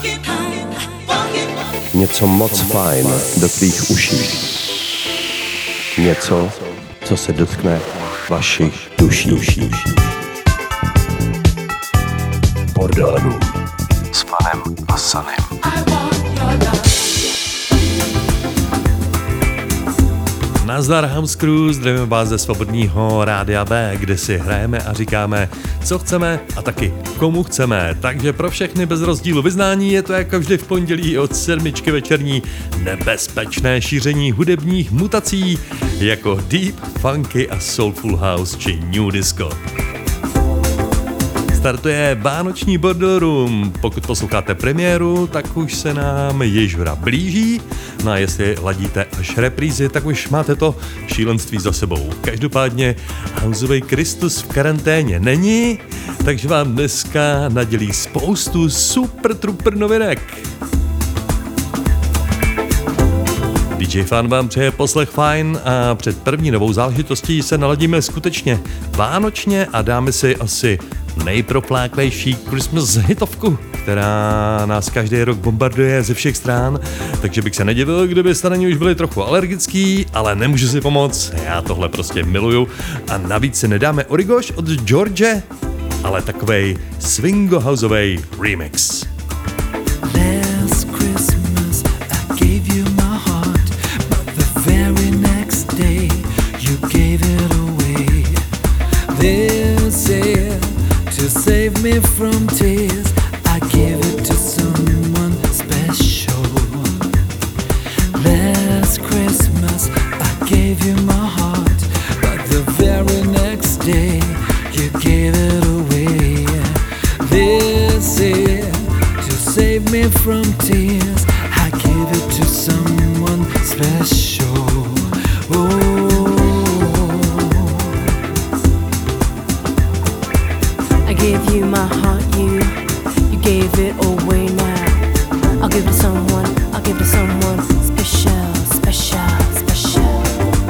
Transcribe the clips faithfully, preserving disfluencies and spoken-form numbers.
Něco moc fajn do tvých uší. Něco, co se dotkne vašich duší. Bordelů s Fanem a Sanem. Nazdar House Crew, zdravím vás ze Svobodného rádia B, kde si hrajeme a říkáme, co chceme a taky komu chceme. Takže pro všechny bez rozdílu vyznání je to jako vždy v pondělí od sedmičky večerní nebezpečné šíření hudebních mutací jako Deep, Funky a Soulful House či New Disco. Startuje vánoční Bordel Room. Pokud posloucháte premiéru, tak už se nám již hra blíží. No a jestli ladíte až reprízy, tak už máte to šílenství za sebou. Každopádně houseový Kristus v karanténě není, takže vám dneska nadělí spoustu super trooper novinek. D J Fan vám přeje poslech fajn a před první novou záležitostí se naladíme skutečně vánočně a dáme si asi nejprofláklejší Christmas hitovku, která nás každý rok bombarduje ze všech stran, takže bych se nedivil, kdybyste na ní už byli trochu alergický, ale nemůžu si pomoct, já tohle prostě miluju a navíc si nedáme Origoš od George, ale takovej swingo-houseovej remix. Save me from tears, I give it to someone special. Last Christmas I gave you my heart, but the very next day you gave it away. This year, to save me from tears, I give it to someone special. Oh. Give you my heart, you, you gave it away now. I'll give it to someone, I'll give it to someone special, special, special.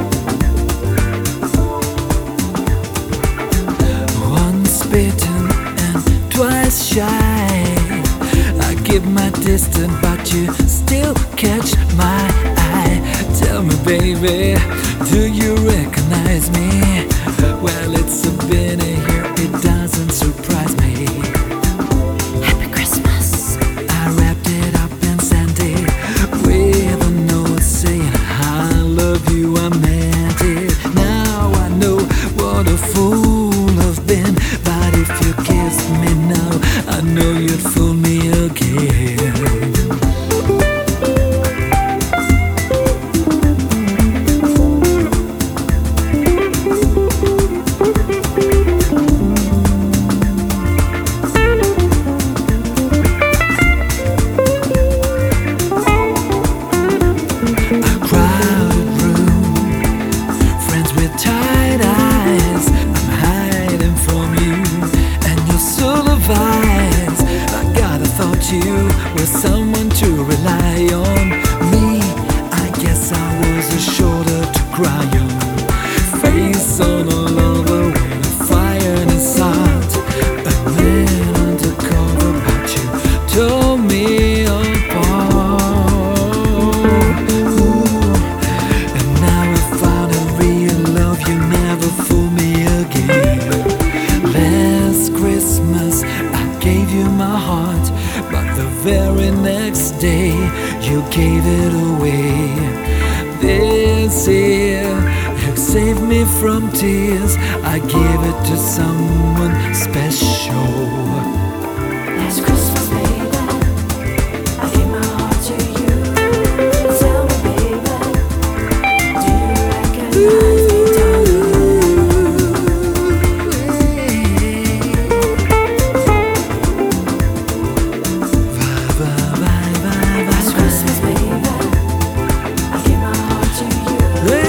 Once bitten and twice shy, I give my distance, but you still catch my eye. Tell me, baby, do you recognize me? Well, it's been a year, it doesn't surprise me. Happy Christmas. I wrapped it up and sent it with a note saying I love you, I meant it. Now I know what a fool I've been, but if you kissed me now, I know you'd fool me again. From tears, I give it to someone special. Last Christmas, baby, I gave my heart to you. Tell me, baby, do you recognize me, darling? Last Christmas, baby, I gave my heart to you.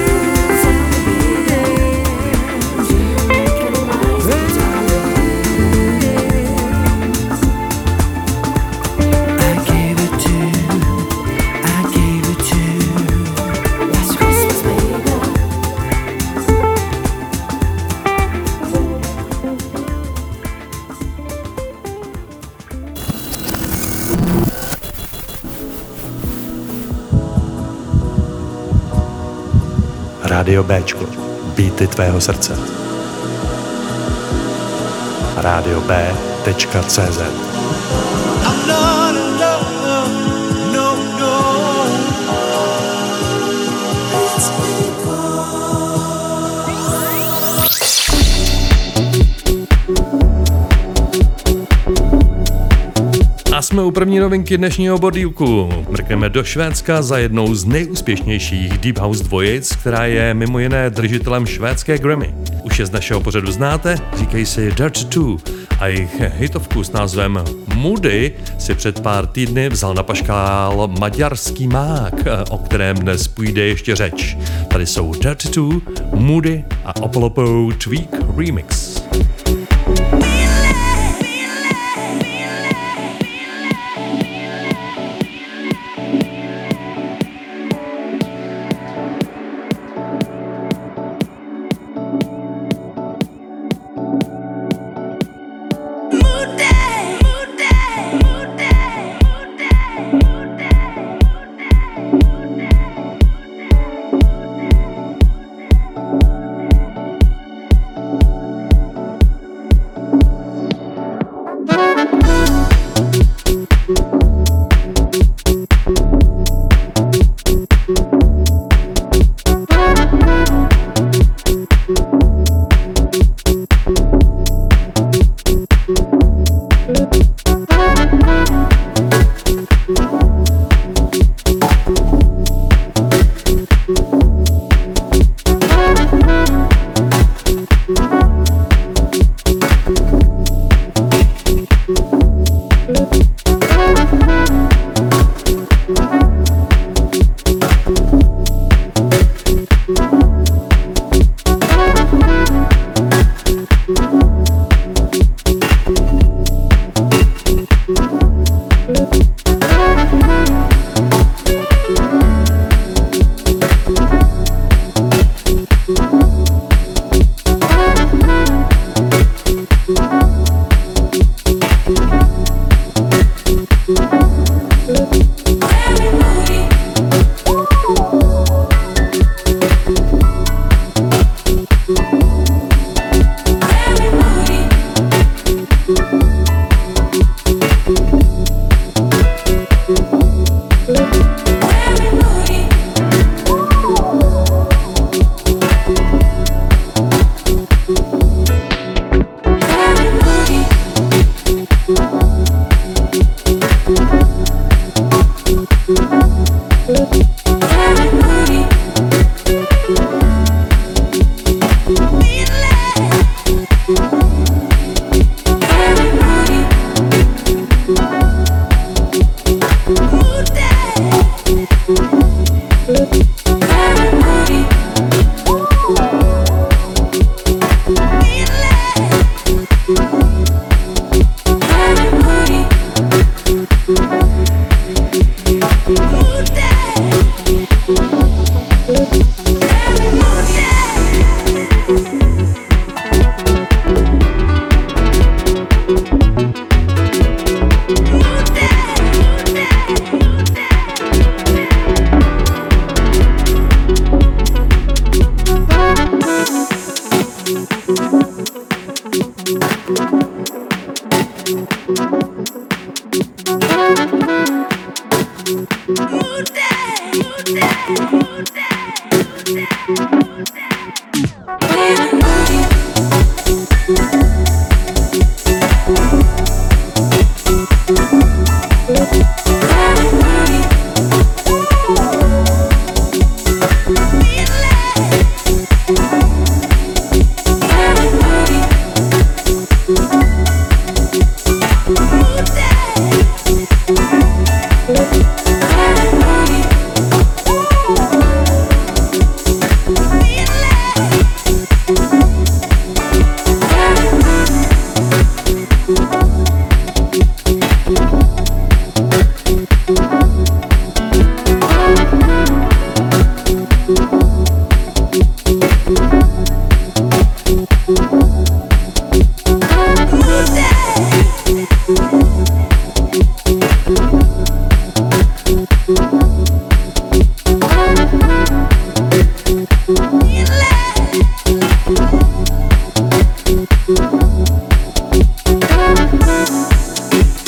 Rádio Béčko. Beaty tvého srdce. rádio bé tečka cé zet. I'm not alone, no, no. It's A jsme u první novinky dnešního bodýlku. Mrkneme do Švédska za jednou z nejúspěšnějších Deep House dvojic, která je mimo jiné držitelem švédské Grammy. Už je z našeho pořadu znáte, říkají si Dirty Two a jejich hitovku s názvem Moody si před pár týdny vzal na paškál maďarský mák, o kterém dnes půjde ještě řeč. Tady jsou Dirty Two, Moody a Opolopo Tweak Remix.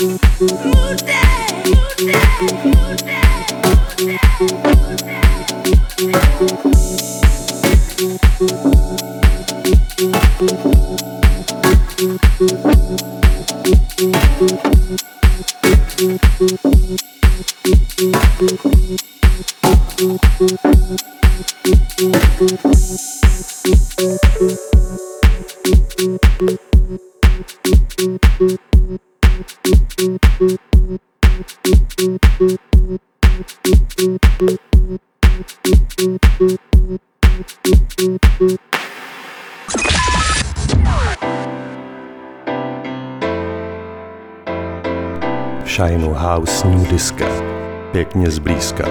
Shineu House New Disco. Pěkně zblízka.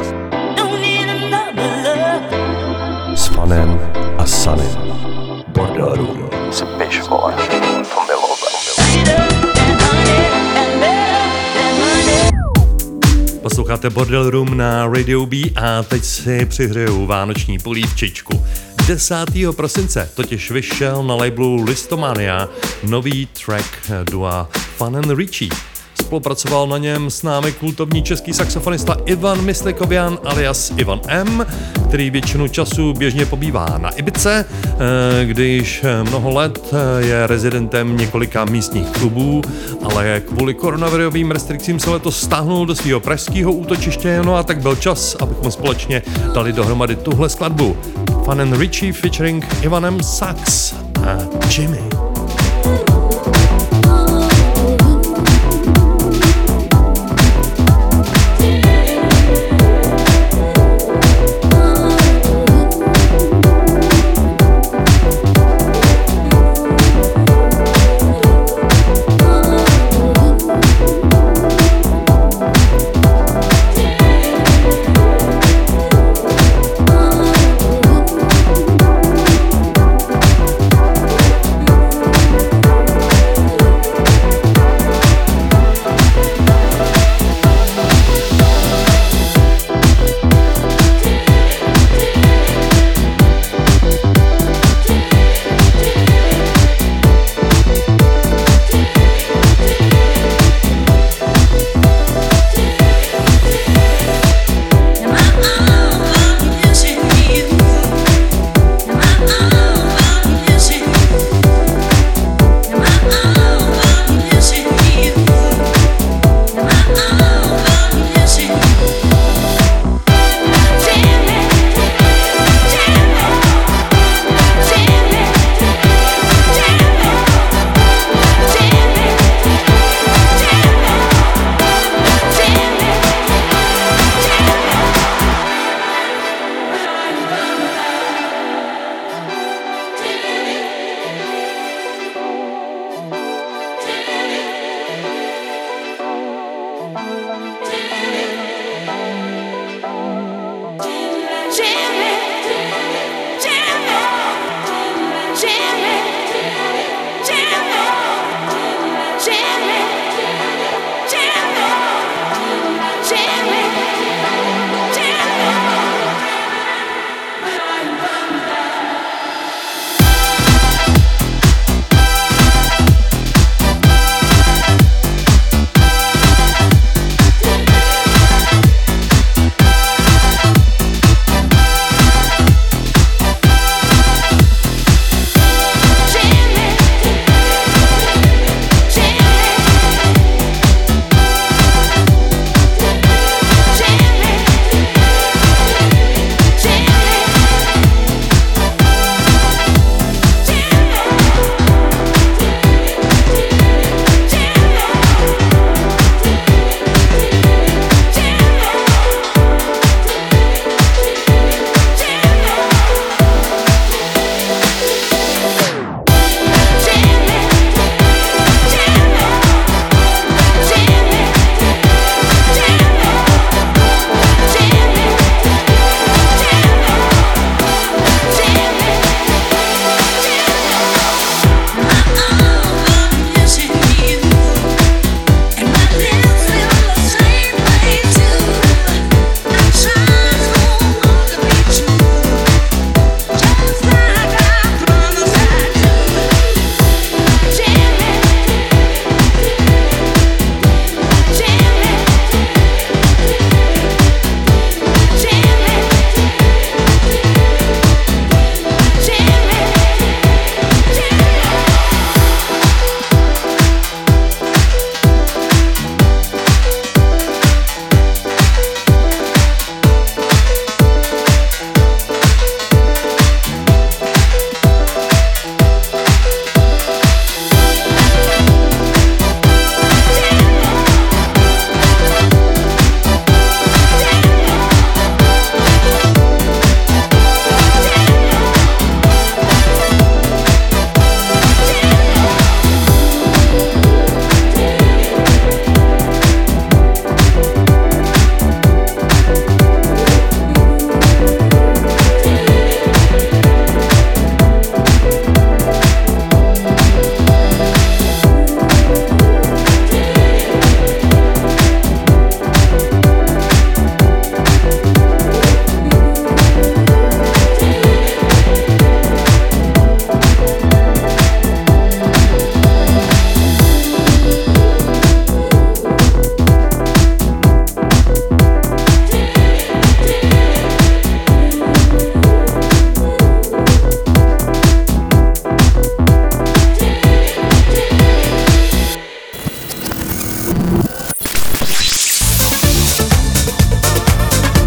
S Fanem a Sunnym. Bordel Room. Si piš, vole. To milové. Posloucháte Bordel Room na Radio B a teď si přihřeju vánoční polívčičku. desátého prosince totiž vyšel na labelu Listomania nový track dua Fun and Richie. Spolupracoval na něm s námi kultovní český saxofonista Ivan Myslikovian alias Ivan M., který většinu času běžně pobývá na Ibize, když mnoho let je rezidentem několika místních klubů, ale kvůli koronavirovým restrikcím se letos stáhnul do svého pražského útočiště, no a tak byl čas, abychom společně dali dohromady tuhle skladbu. Fun and Richie featuring Ivanem Sax a Jimmy.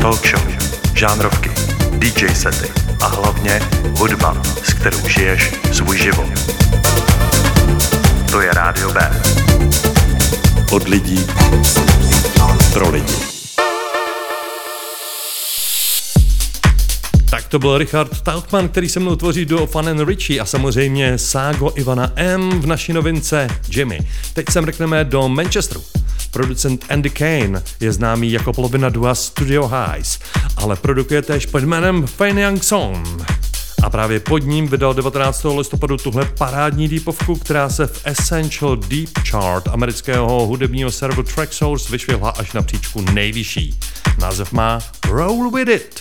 talk show, žánrovky, dý džej sety a hlavně hudba, s kterou žiješ svůj život. To je Rádio B. Od lidí pro lidi. Tak to byl Richard Tauchman, který se mnou tvoří do Fun and Richie a samozřejmě Ságo Ivana M v naší novince Jimmy. Teď sem řekneme do Manchesteru. Producent Andy Kane je známý jako polovina dua Studio Highs, ale produkuje též pod jménem Fane Young Song. A právě pod ním vydal devatenáctého listopadu tuhle parádní deepovku, která se v Essential Deep Chart amerického hudebního serveru Traxsource vyšvihla až na příčku nejvyšší. Název má Roll With It.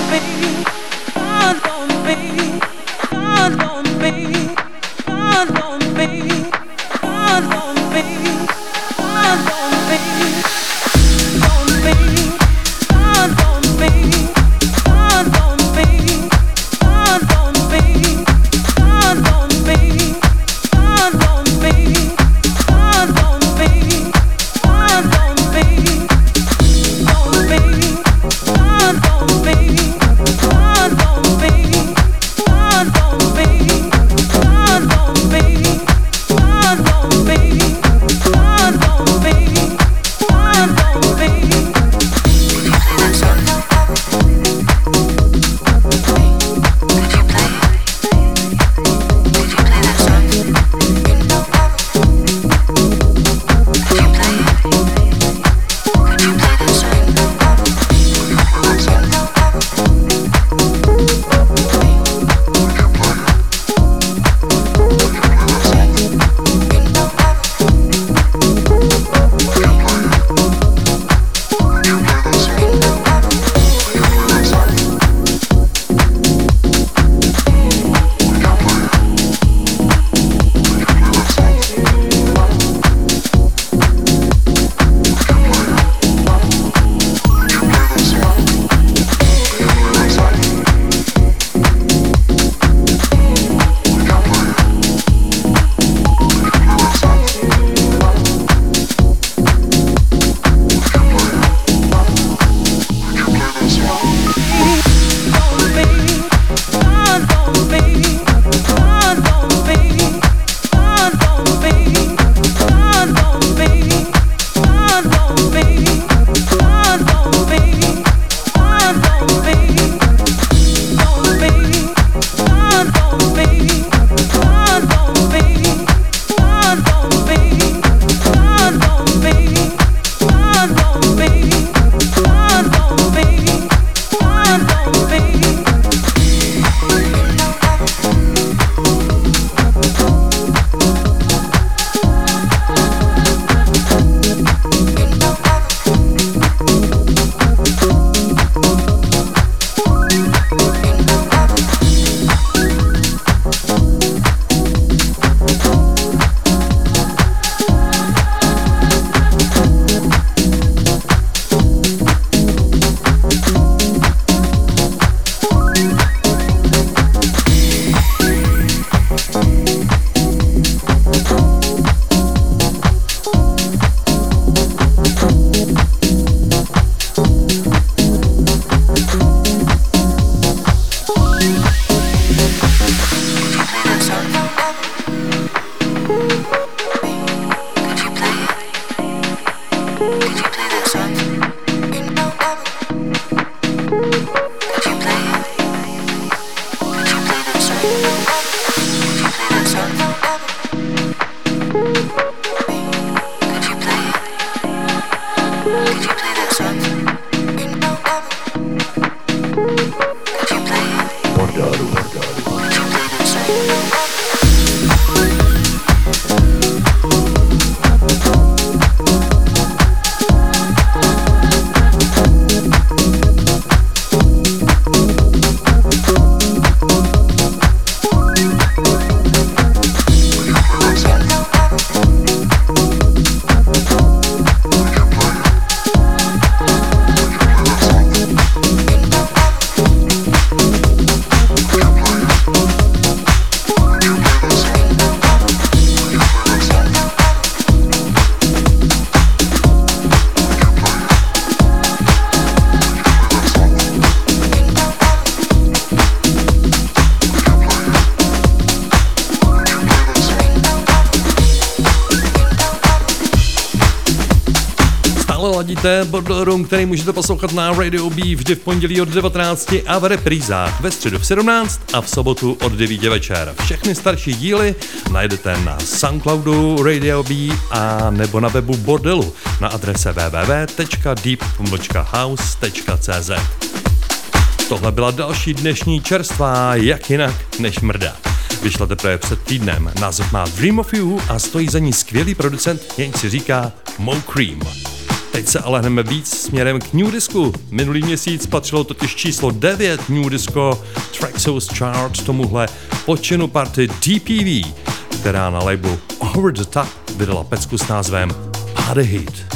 Ladíte Bordel Room, který můžete poslouchat na Radio B vždy v pondělí od devatenácti a v reprízách ve středu v sedmnáct a v sobotu od devíti večer. Všechny starší díly najdete na Soundcloudu Radio B a nebo na webu Bordelu na adrese w w w tečka deep house tečka c z. Tohle byla další dnešní čerstvá, jak jinak než mrda. Vyšla teprve před týdnem, název má Dream of You a stojí za ní skvělý producent, jenž si říká Mo Cream. Teď se ale hneme víc směrem k New Discu. Minulý měsíc patřilo totiž číslo devět New Disco Traxos Chart tomuhle počinu party D P V, která na labelu Over the Top vydala pecku s názvem Party Heat.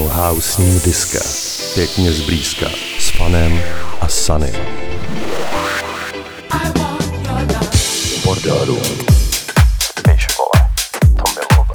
houseního diska. Pěkně zblízka. S Fanem a Sunnym. Border Room. Spíš vole, to milové.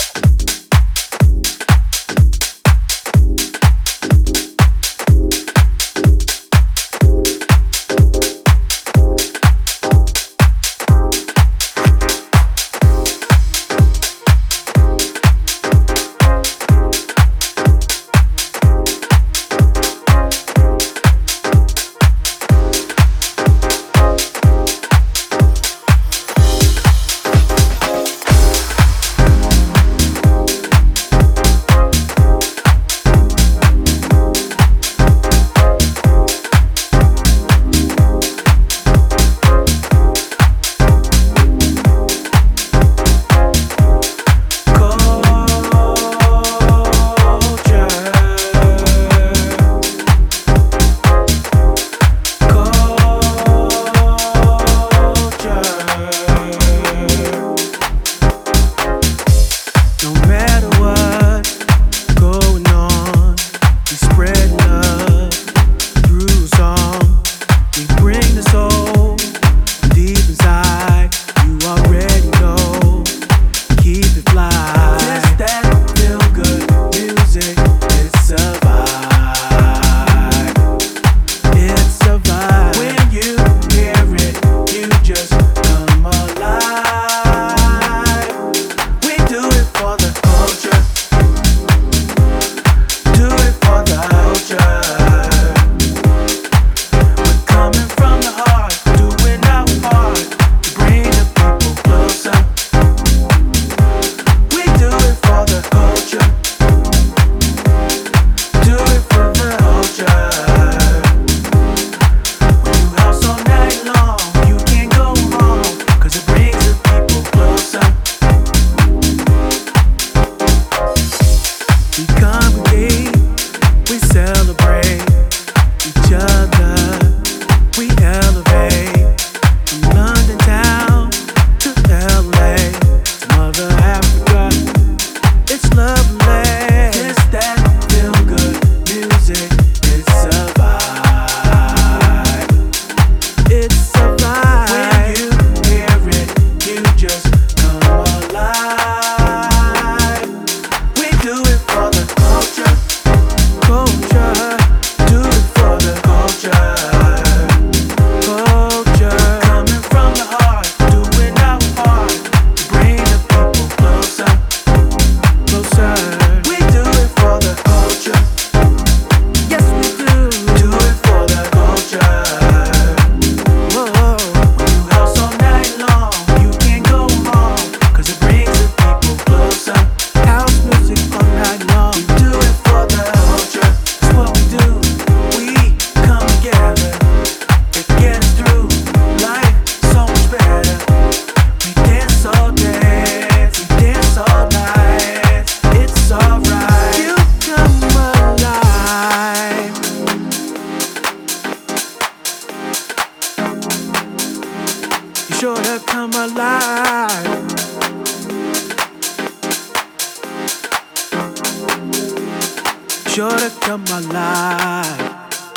Sure to come alive.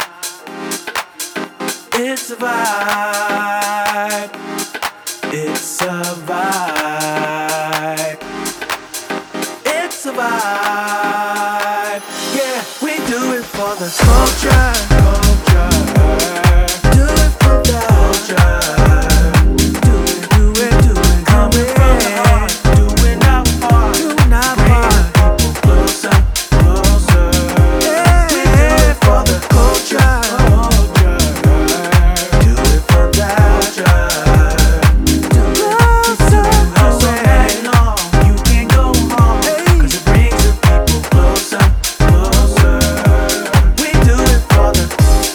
It's a vibe. It's a vibe. It's a vibe. Yeah, we do it for the culture. Culture. Do it for the culture. Do it, do it, do it. Coming from the heart. Doing our part. Doing our part. Bring the people closer, closer. Yeah, we do it for the culture. Culture. Do it for the culture. Do it, do it, do it. Long, you can't go wrong. 'Cause it brings the people closer, closer. We do it for the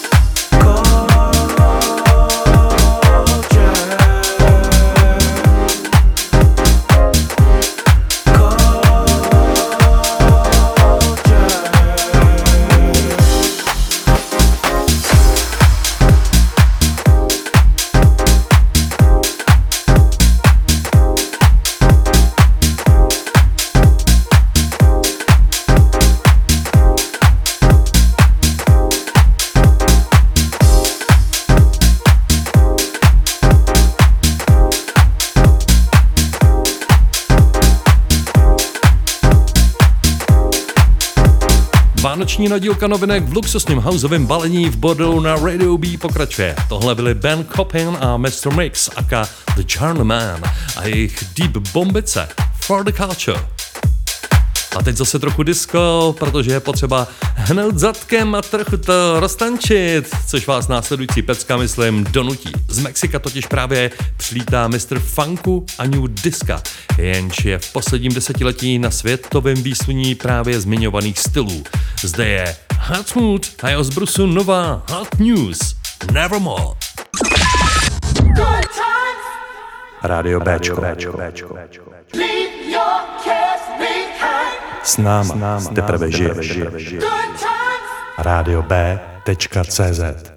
Vánoční nadílka novinek v luxusním houseovém balení v bordelu na Radio B pokračuje. Tohle byli Ben Coppin a mister Mix aka The Charlemagne a jejich Deep Bombice For the Culture. A teď zase trochu disco, protože je potřeba hnout zadkem a trochu to roztančit, což vás následující pecka, myslím, donutí. Z Mexika totiž právě přilítá mistr Funku a New Disca, jenž je v posledním desetiletí na světovém výsluní právě zmiňovaných stylů. Zde je Hot Mood a jeho z Brusu nová Hot News, Nevermore. Rádio Béčko. S náma teprve žiješ. Rádio B tečka cé zet.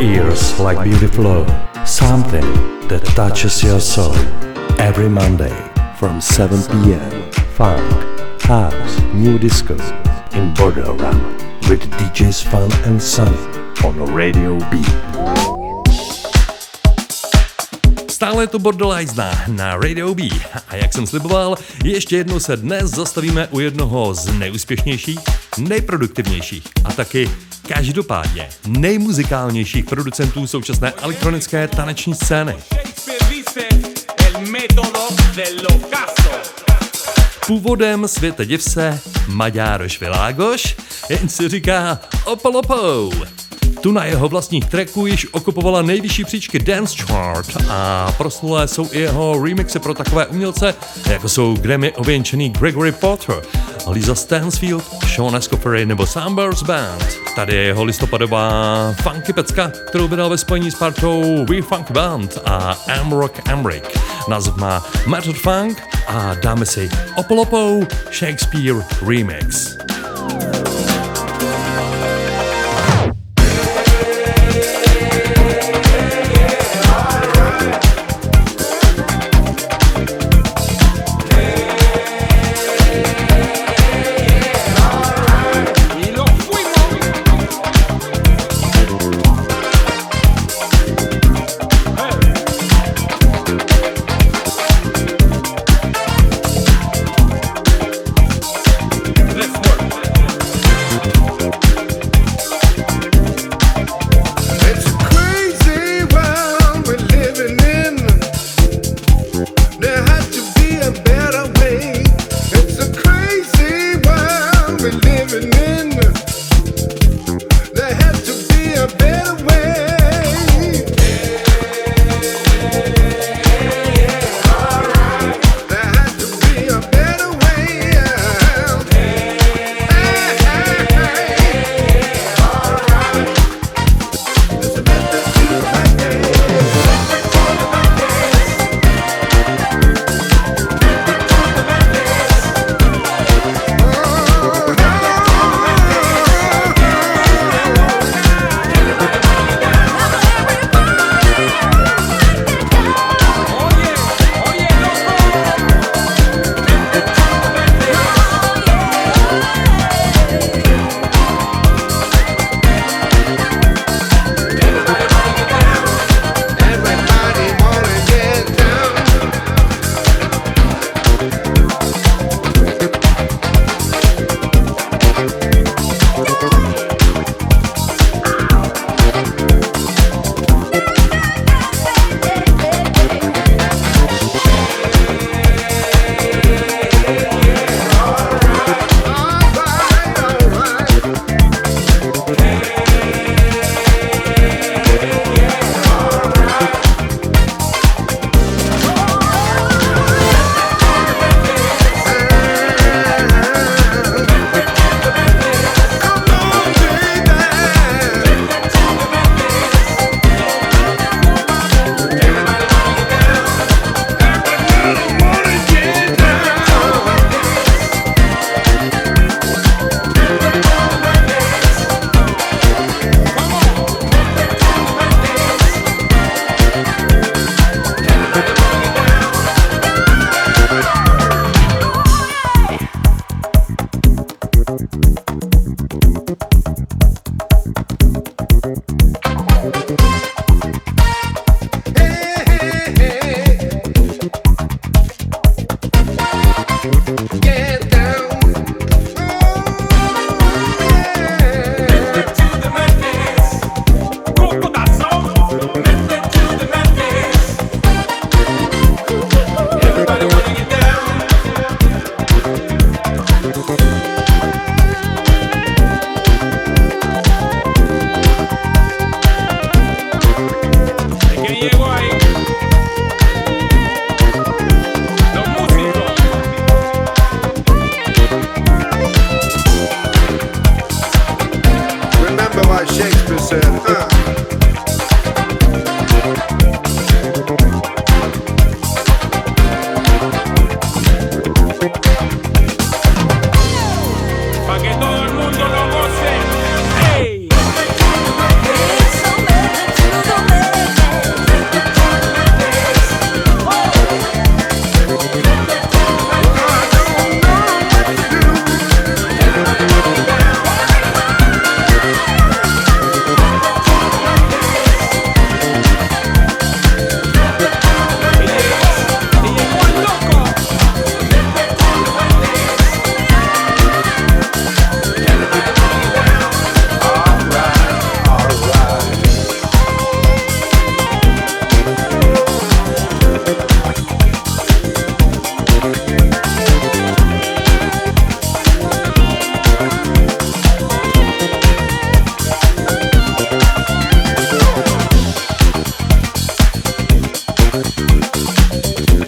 ears like beauty flow, something that touches your soul. Every Monday from seven p.m. Funk, house, new disco in Borderama with D Js Fun and Sunny on Radio B. Stále je to Borderlizna na Radio B a jak jsem sliboval, ještě jednou se dnes zastavíme u jednoho z nejúspěšnějších, nejproduktivnějších a taky každopádně nejmuzikálnějších producentů současné elektronické taneční scény. Původem světe div se Maďároš Világoš, jen si říká Opolopou. Tu na jeho vlastních tracků již okupovala nejvyšší příčky Dance Chart a proslulé jsou i jeho remixy pro takové umělce, jako jsou Grammy ověnčený Gregory Porter, Lisa Stansfield, Sean Escoffery nebo Sunburst Band. Tady je jeho listopadová funky pecka, kterou vydal ve spojení s partou We Funk Band a M-Rock Emrick. Název má Method Funk a dáme si Opolopou Shakespeare Remix. Let's work.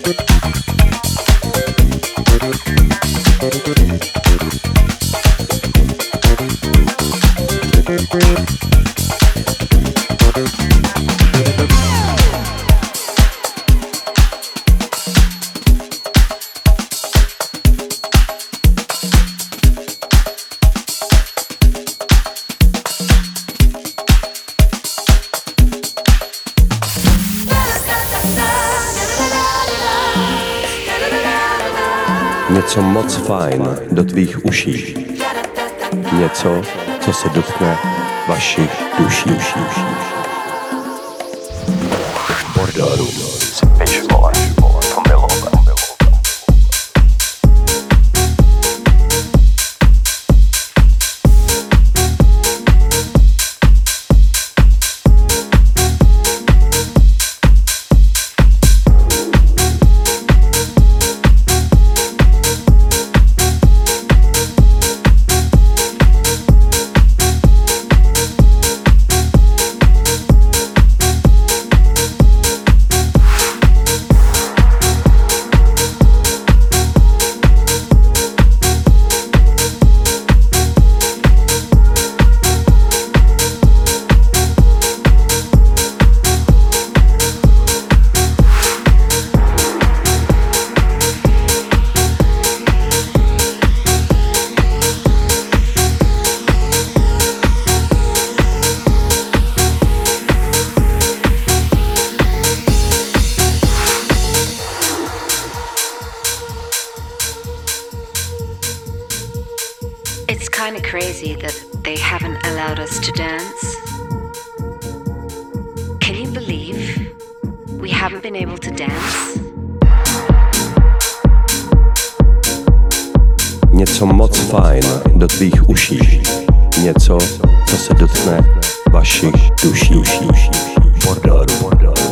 Něco moc fajn do tvých uší. Něco, co se dotkne vašich duší. Bordeaux. Piš vole, to milové. Kind of crazy that they haven't allowed us to dance. Can you believe we haven't been able to dance? Něco moc fajn do tvých uší. Něco, co se dotkne vašich duší. Bordeaux.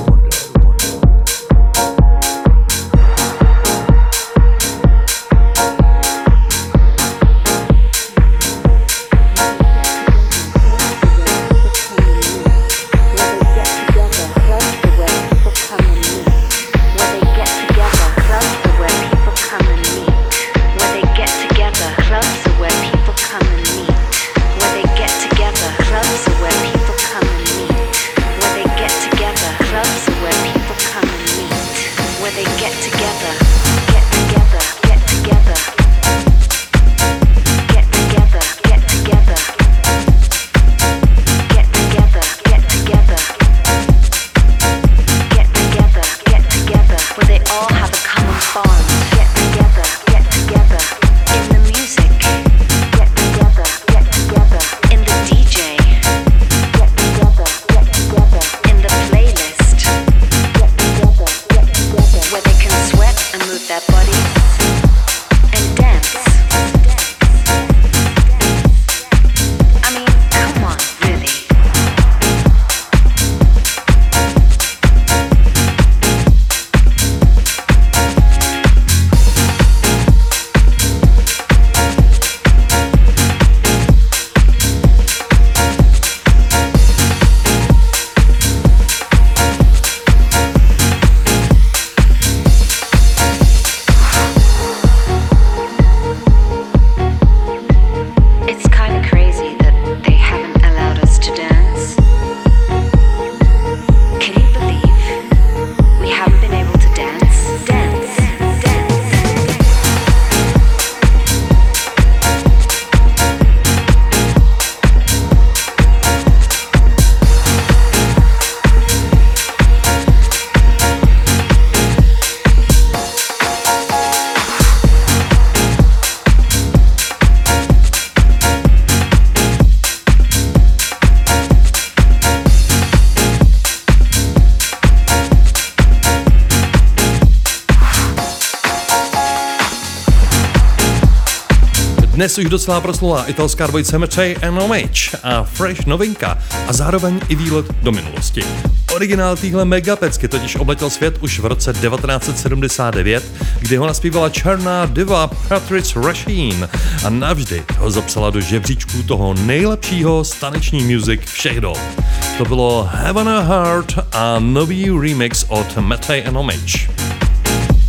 Dnes už docela proslulá italská dvojice Mattei and Homage a fresh novinka a zároveň i výlet do minulosti. Originál téhle megapecky totiž obletěl svět už v roce devatenáct set sedmdesát devět, kdy ho naspívala černá diva Patrice Rushen a navždy ho zapsala do žebříčků toho nejlepšího z taneční music všech dob. To bylo Heaven and Heart a nový remix od Mattei and Homage.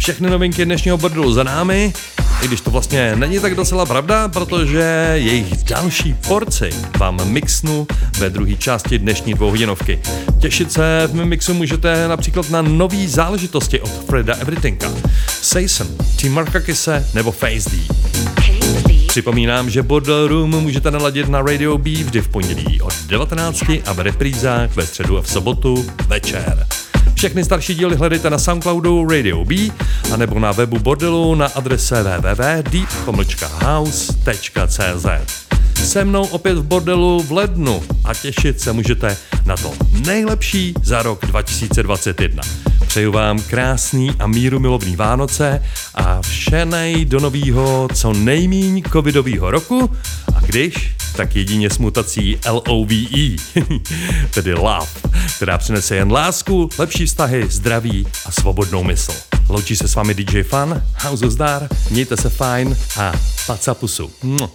Všechny novinky dnešního bordelu za námi, i když to vlastně není tak docela pravda, protože jejich další porci vám mixnu ve druhé části dnešní dvouhodinovky. Těšit se v mém mixu můžete například na nový záležitosti od Freda Everythinka, Sason, T. Markakise nebo Face D. Připomínám, že Bordel Room můžete naladit na Radio B vždy v pondělí od devatenácti a v reprízách ve středu a v sobotu večer. Všechny starší díly hledejte na Soundcloudu Radio B a nebo na webu Bordelu na adrese w w w tečka deep house tečka c z. Se mnou opět v Bordelu v lednu a těšit se můžete na to nejlepší za rok dva tisíce dvacet jedna. Přeju vám krásný a mírumilovný Vánoce a vše nej do novýho, co nejmíň covidovýho roku a když, tak jedině s mutací L O V E, tedy love, která přinese jen lásku, lepší vztahy, zdraví a svobodnou mysl. Loučí se s vámi D J Fun, House zdar, mějte se fajn a paca pusu.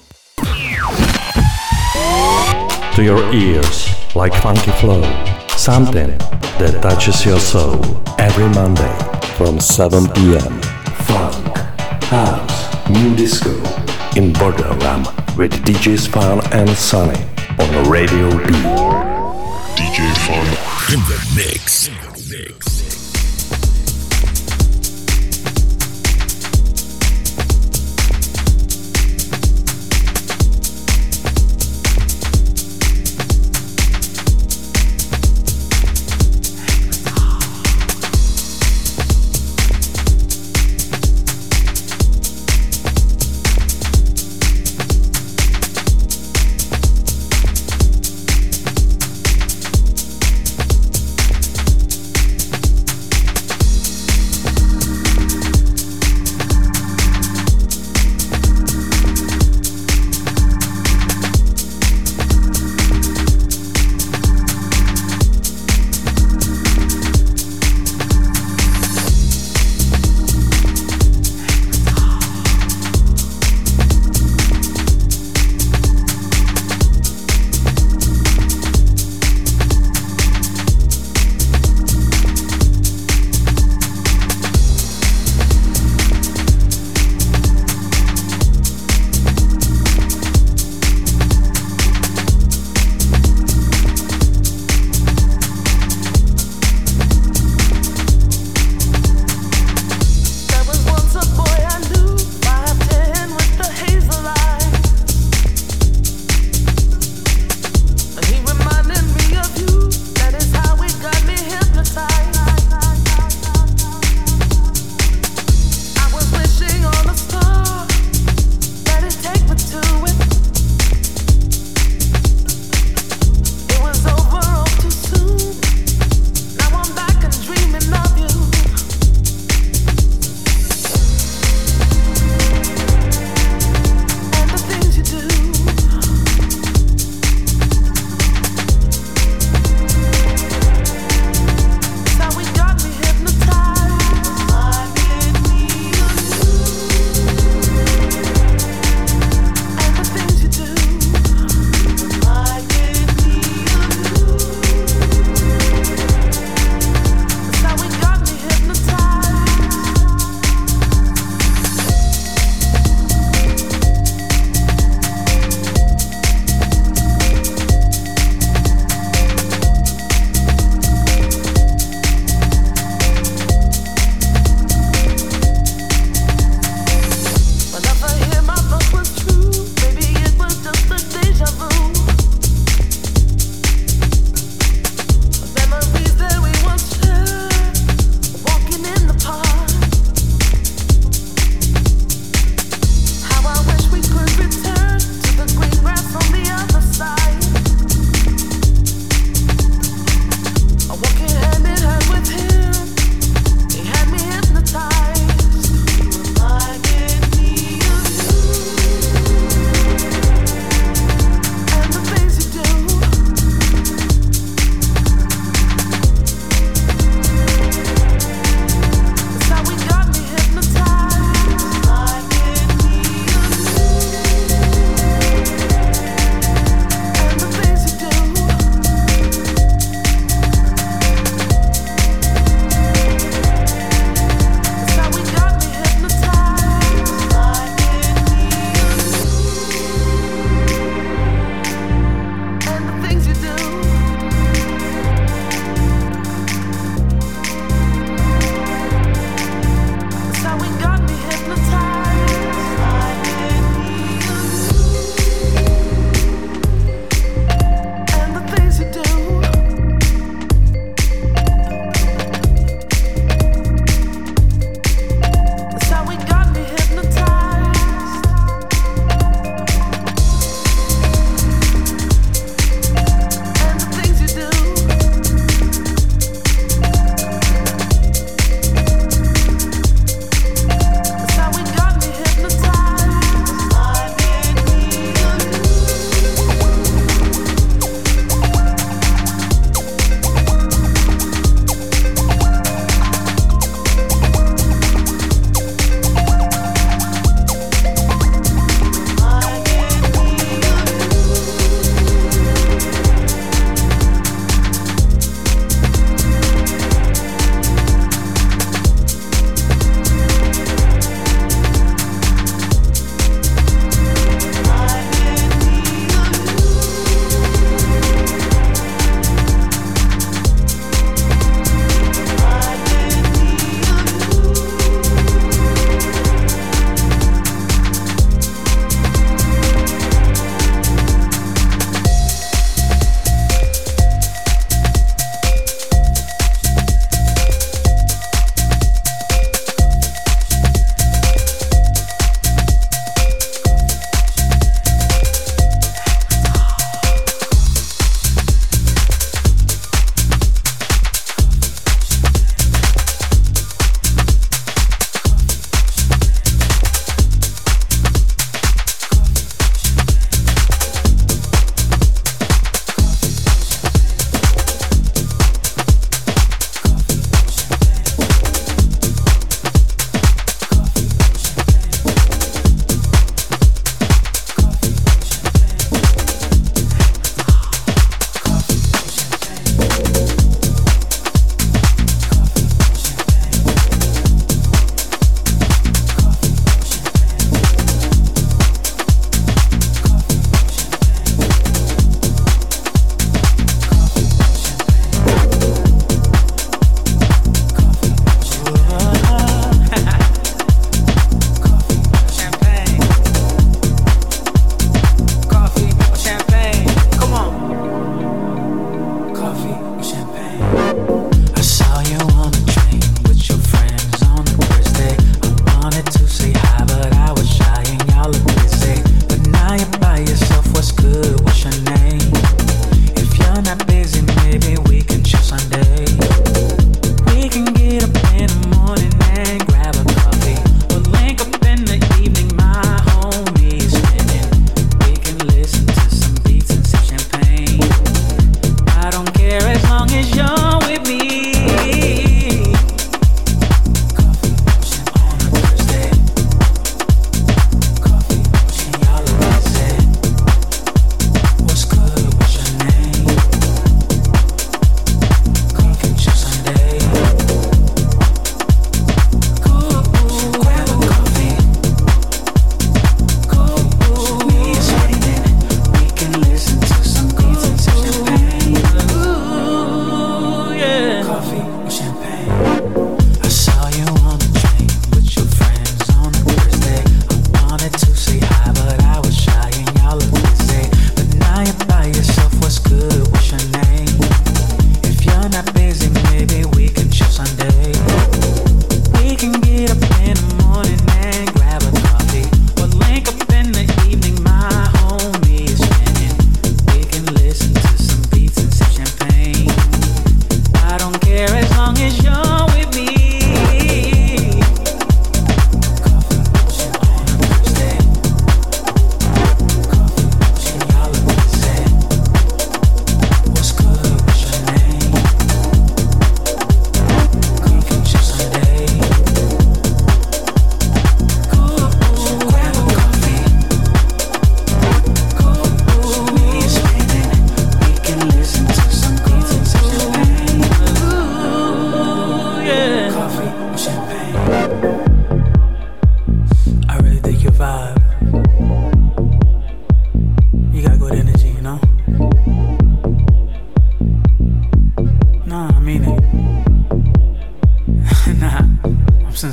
To your ears, like funky flow, something that touches your soul. Every Monday from seven p m Funk, house, new disco in Bordel Room with D Js Fun and Sunny on Radio B. D J Fun in the mix. In the mix.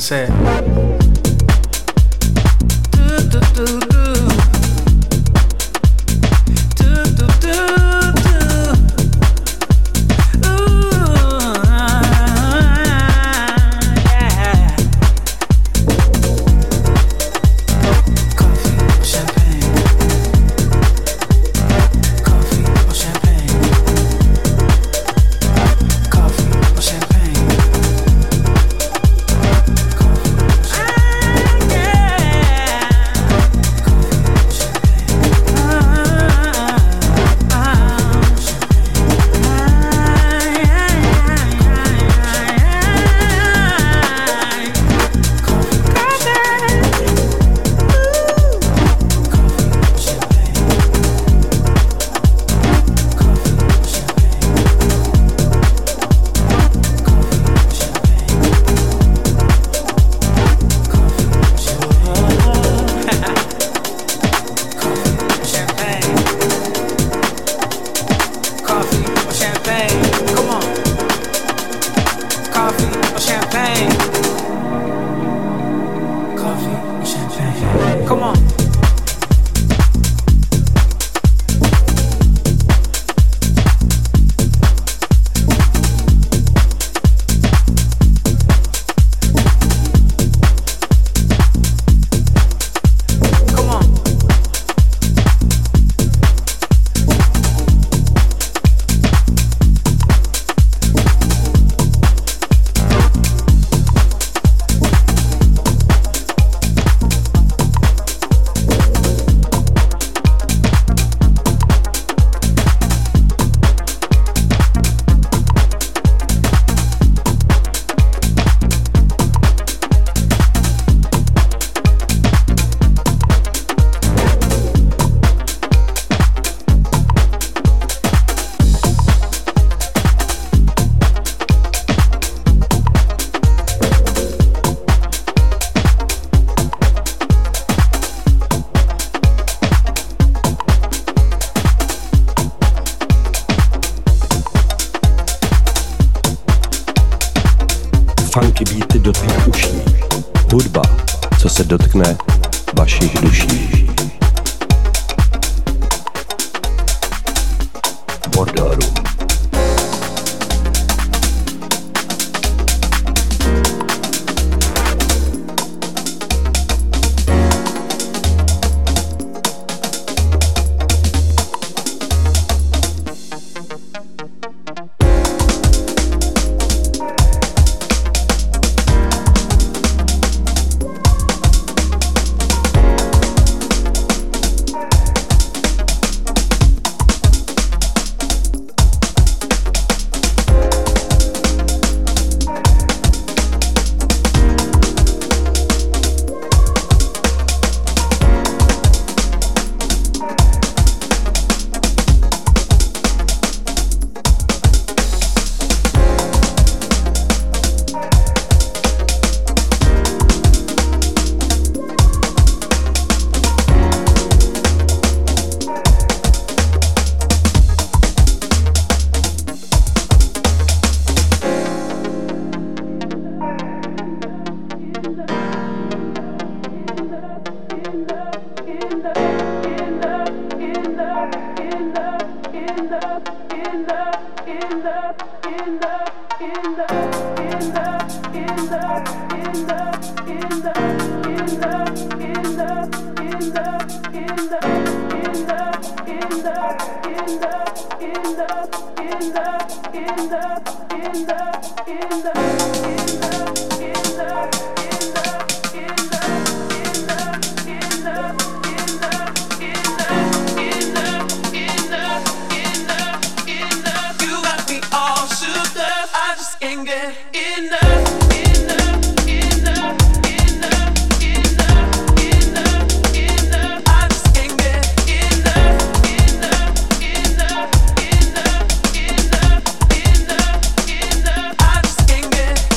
say do, do, do, do. Funky beaty dotyk uší. Hudba, co se dotkne vašich duší. Bordel Room. Get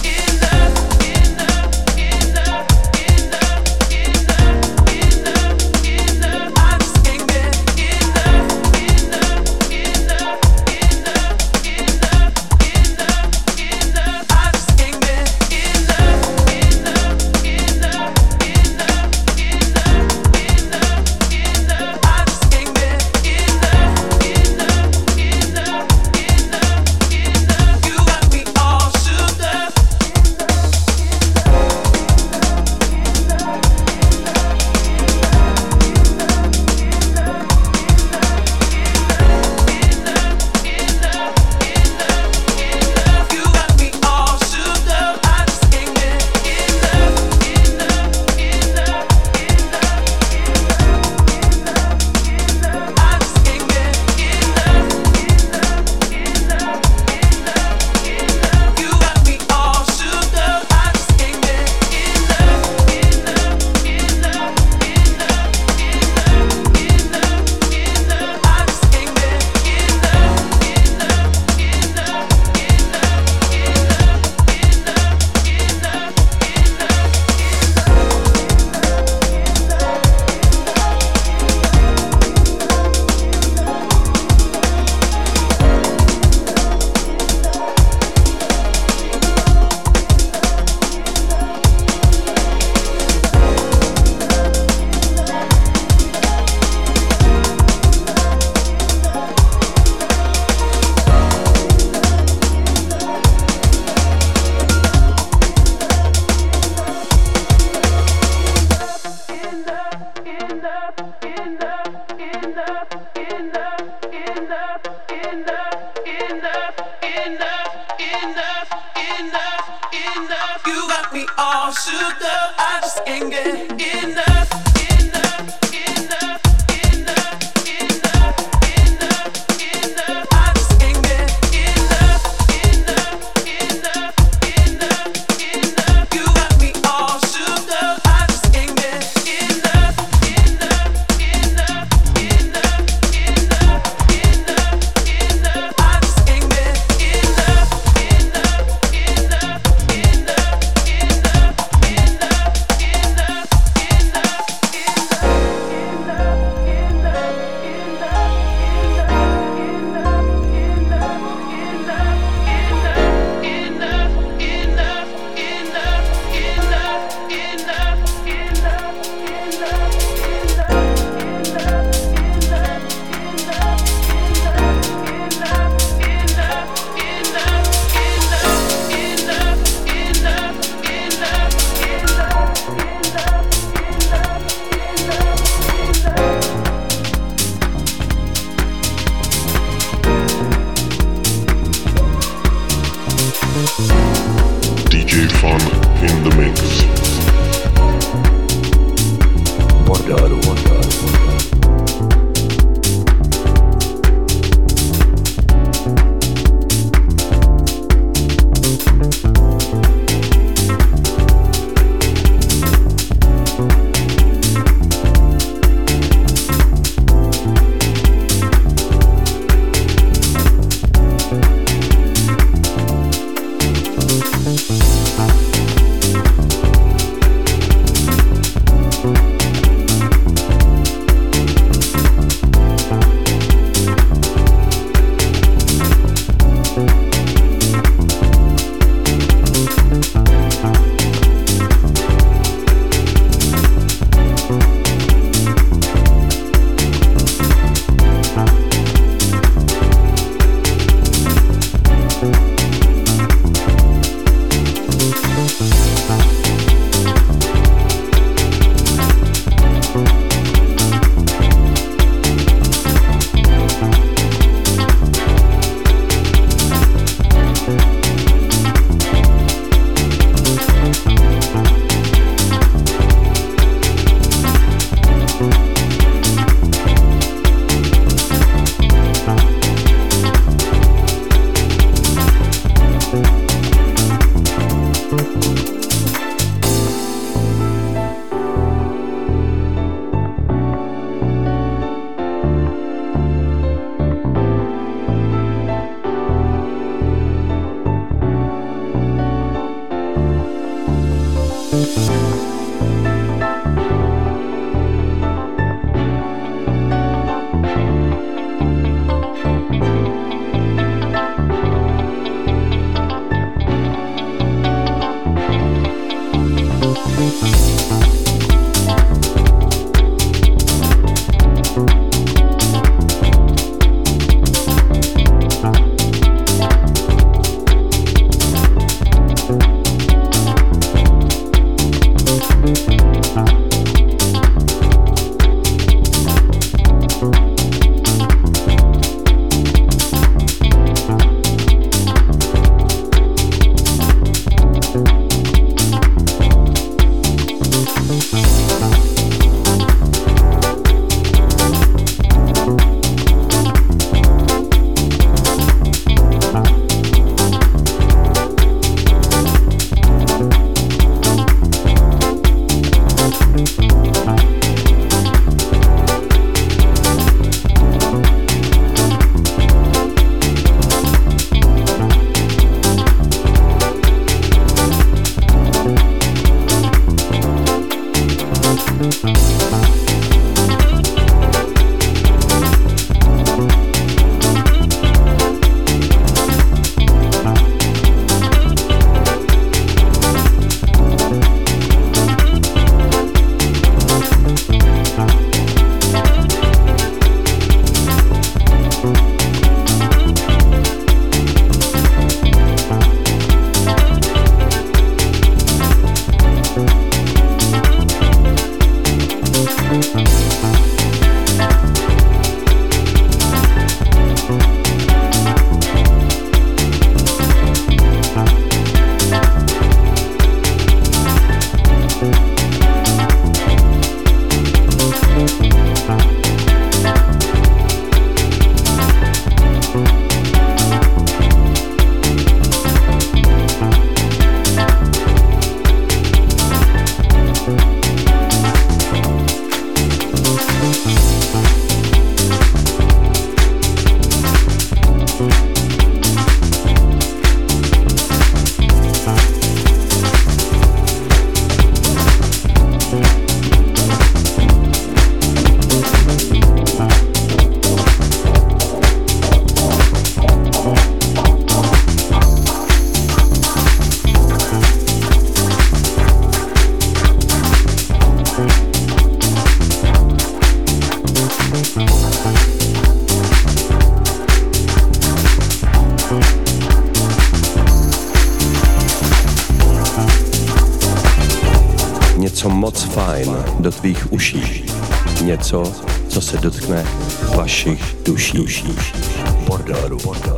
fajn do tvých uší. Něco, co se dotkne vašich duší. Borderu.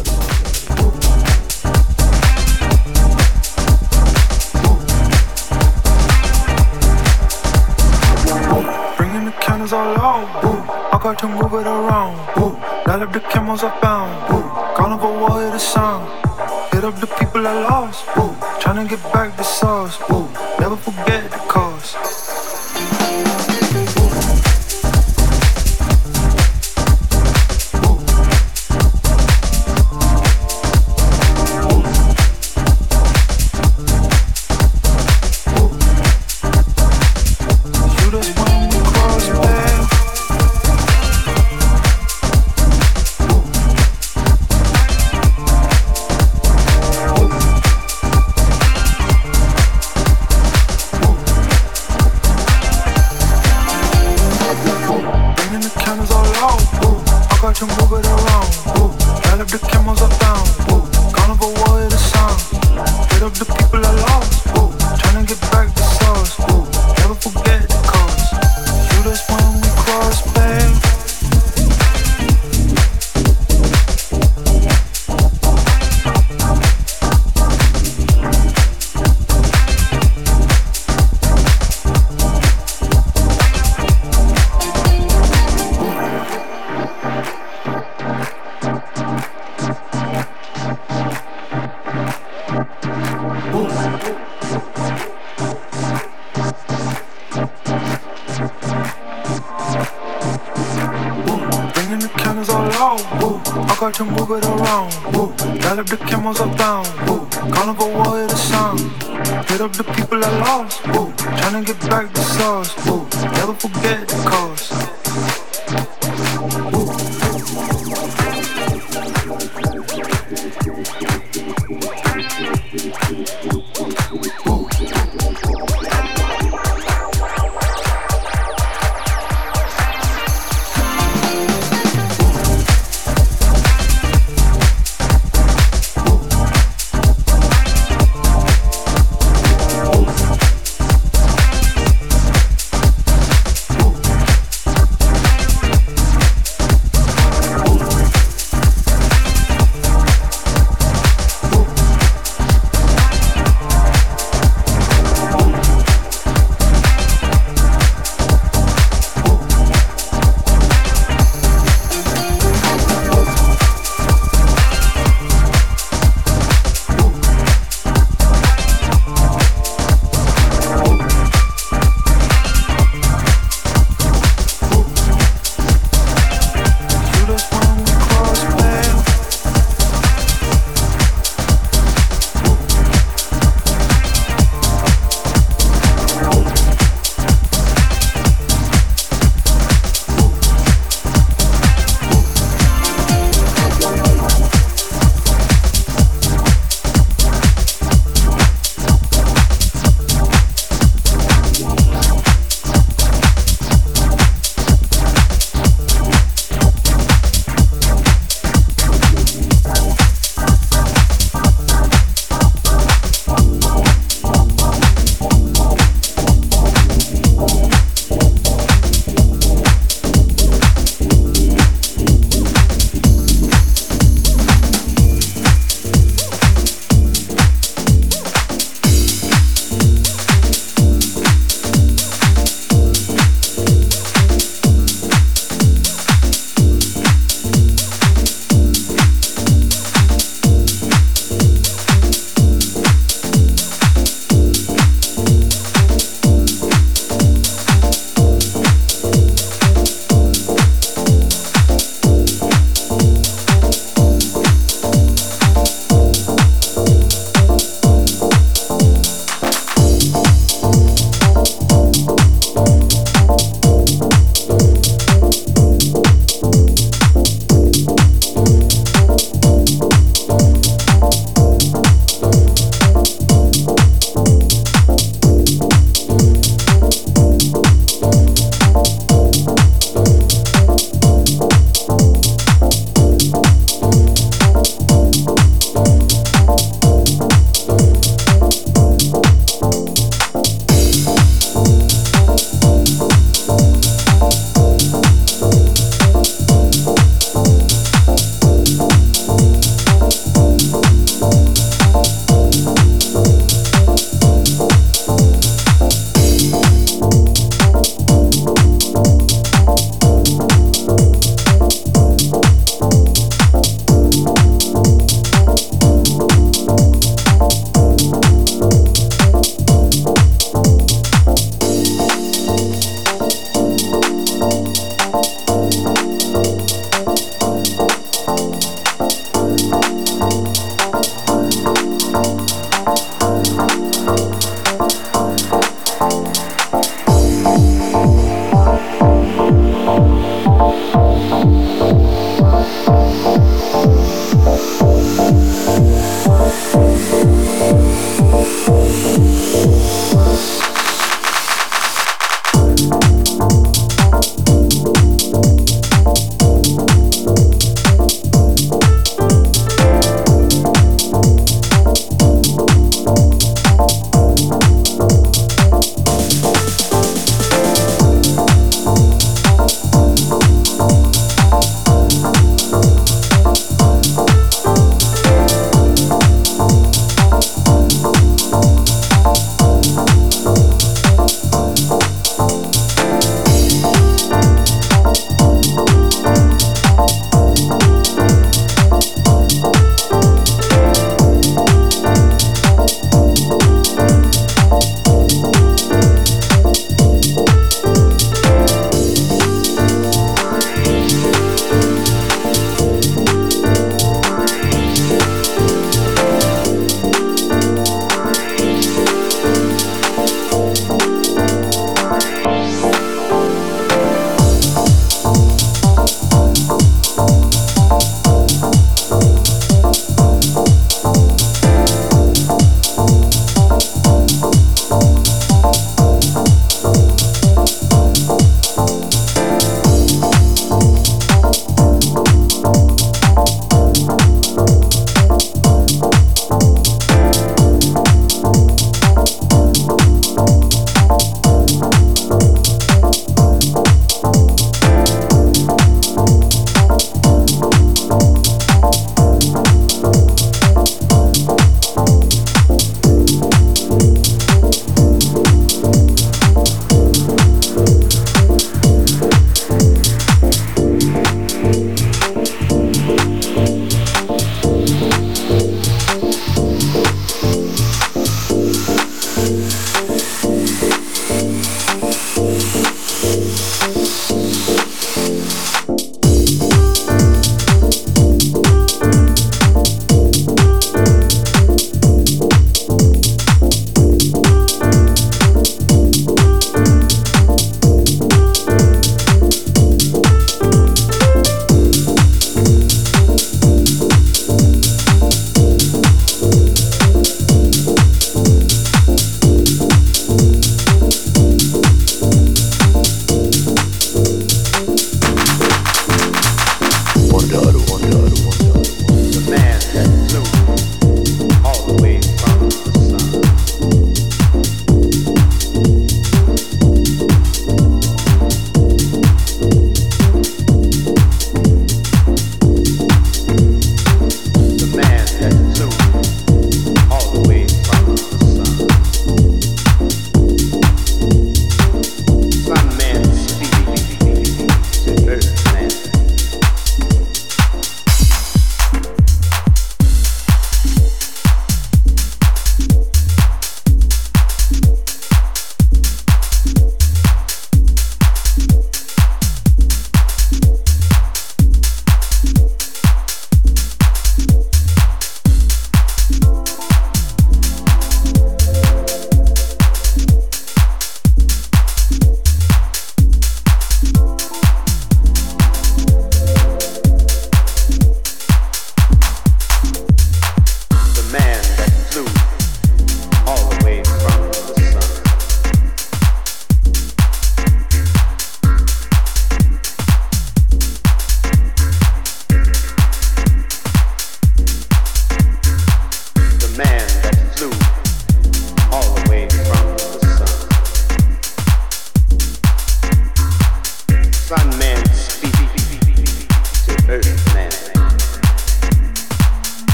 Bringing the candles all out, I got to move it around. Light up the camels I found, carnival will hit the sound. Hit up the people I lost, trying to get back the sauce. Never forget the cost. To move it around, woo. Light up the camels I found, woo. Carnival will hit the sound. Hit up the people I lost, woo. Trying to get back the sauce, woo. Never forget the cost.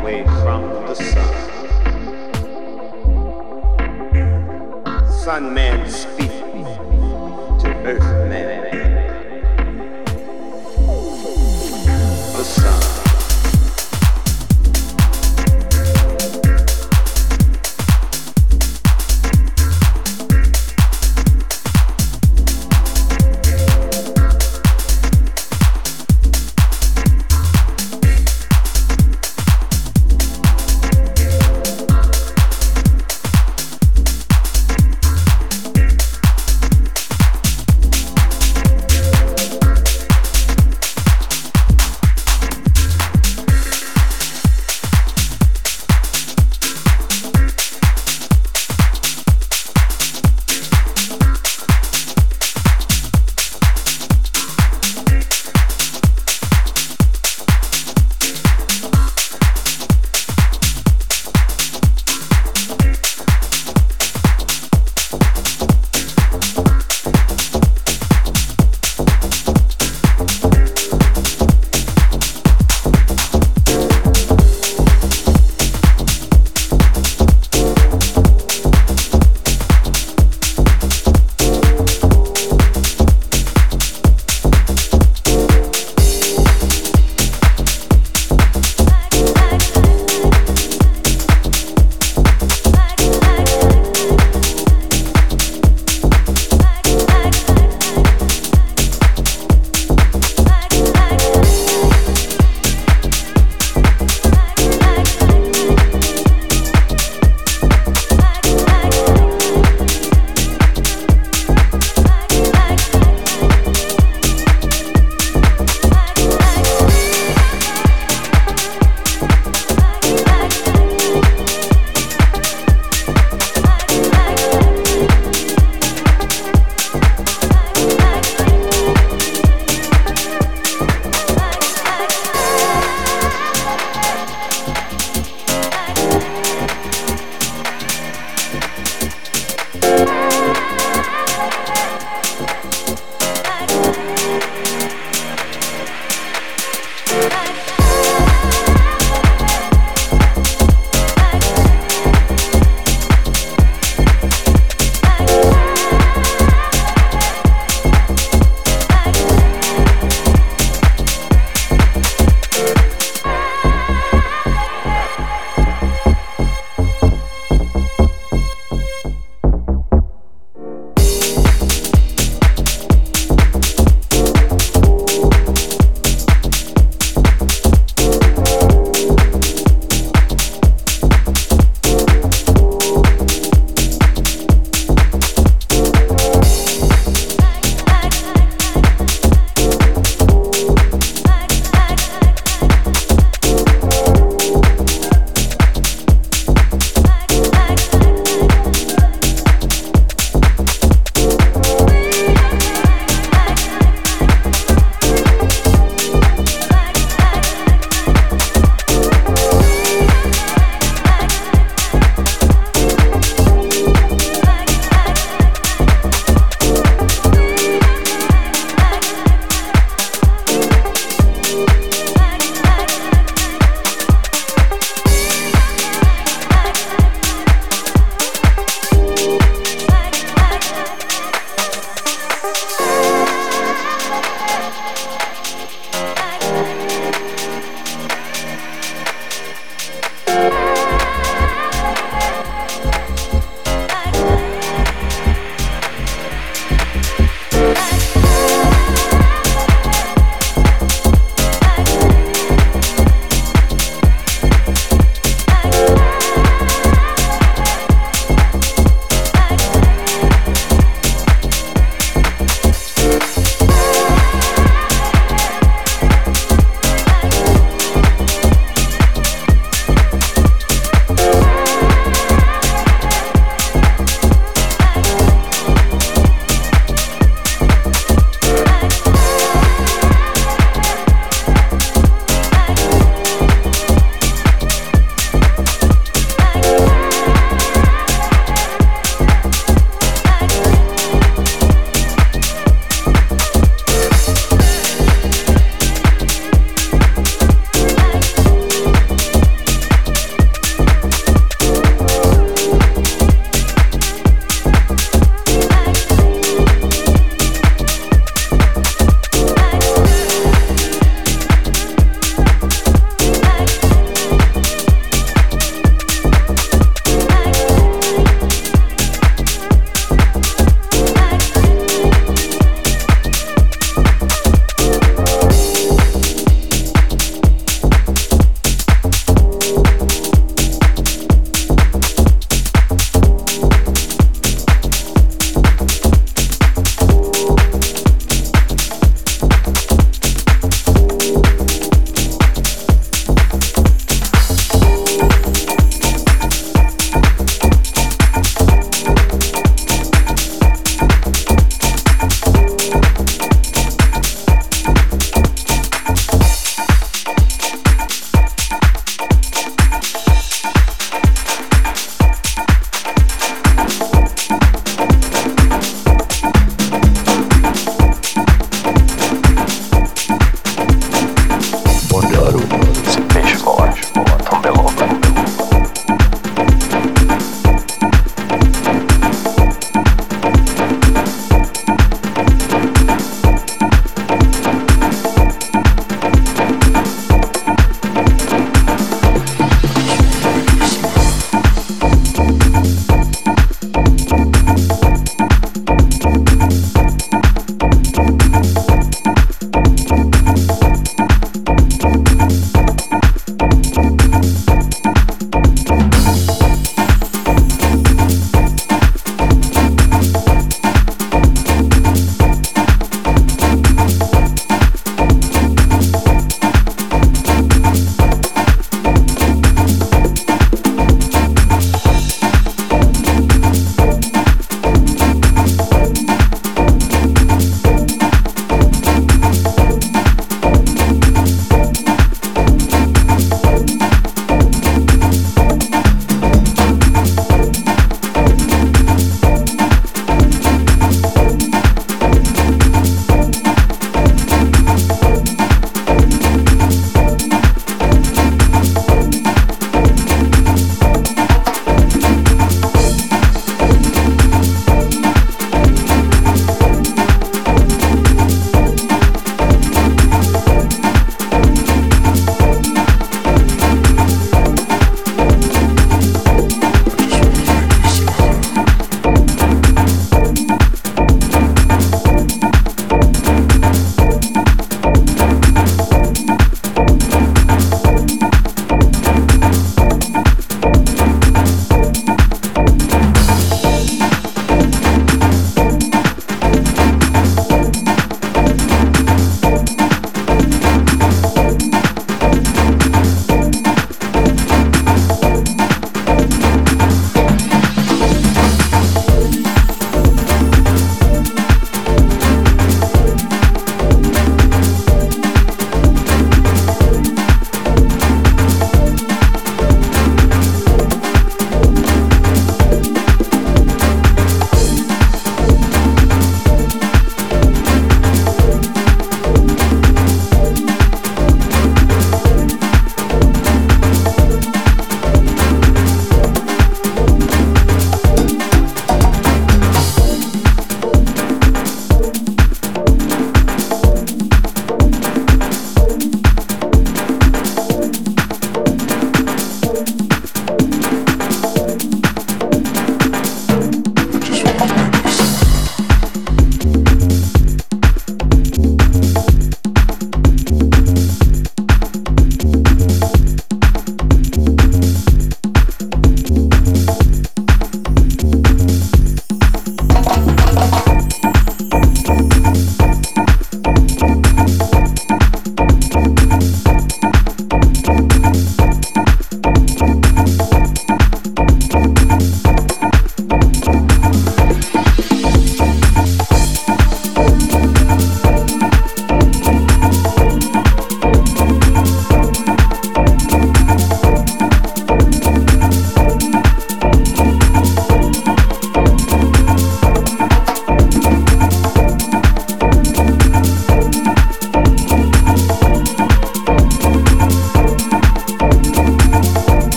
away from the sun. Sun man speak to earth man. The sun.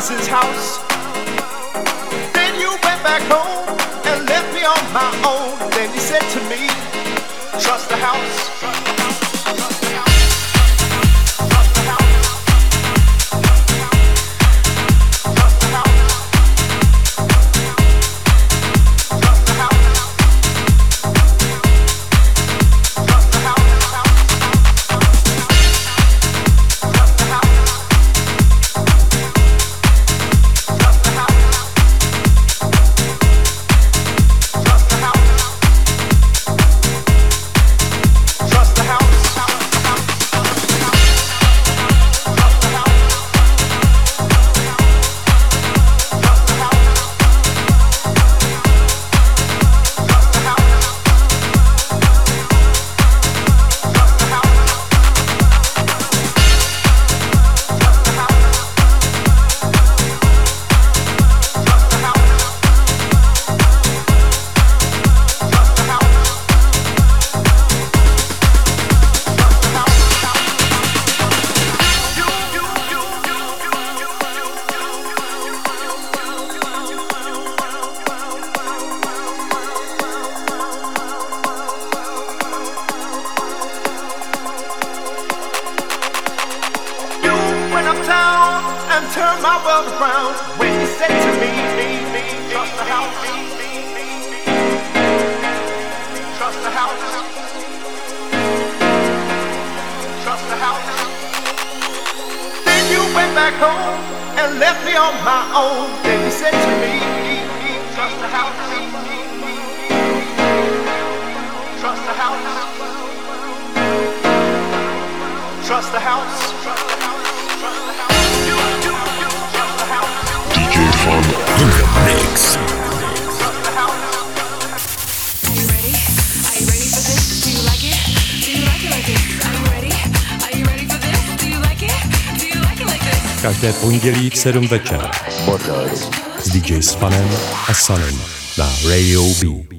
Chris's house. Then you went back home and left me on my own. Then you said to me, trust the house. Turn my world around when you said to me, me, me, trust the house, me, me, me, me, trust the house, trust the house. Then you went back home and left me on my own. Then you said to me, me, me, trust the house, me, me, me, trust the house, trust the house, trust the house. D J Fun in the mix. Každé pondělí v sedm večer s D J s Funem a Sunem na Radio B.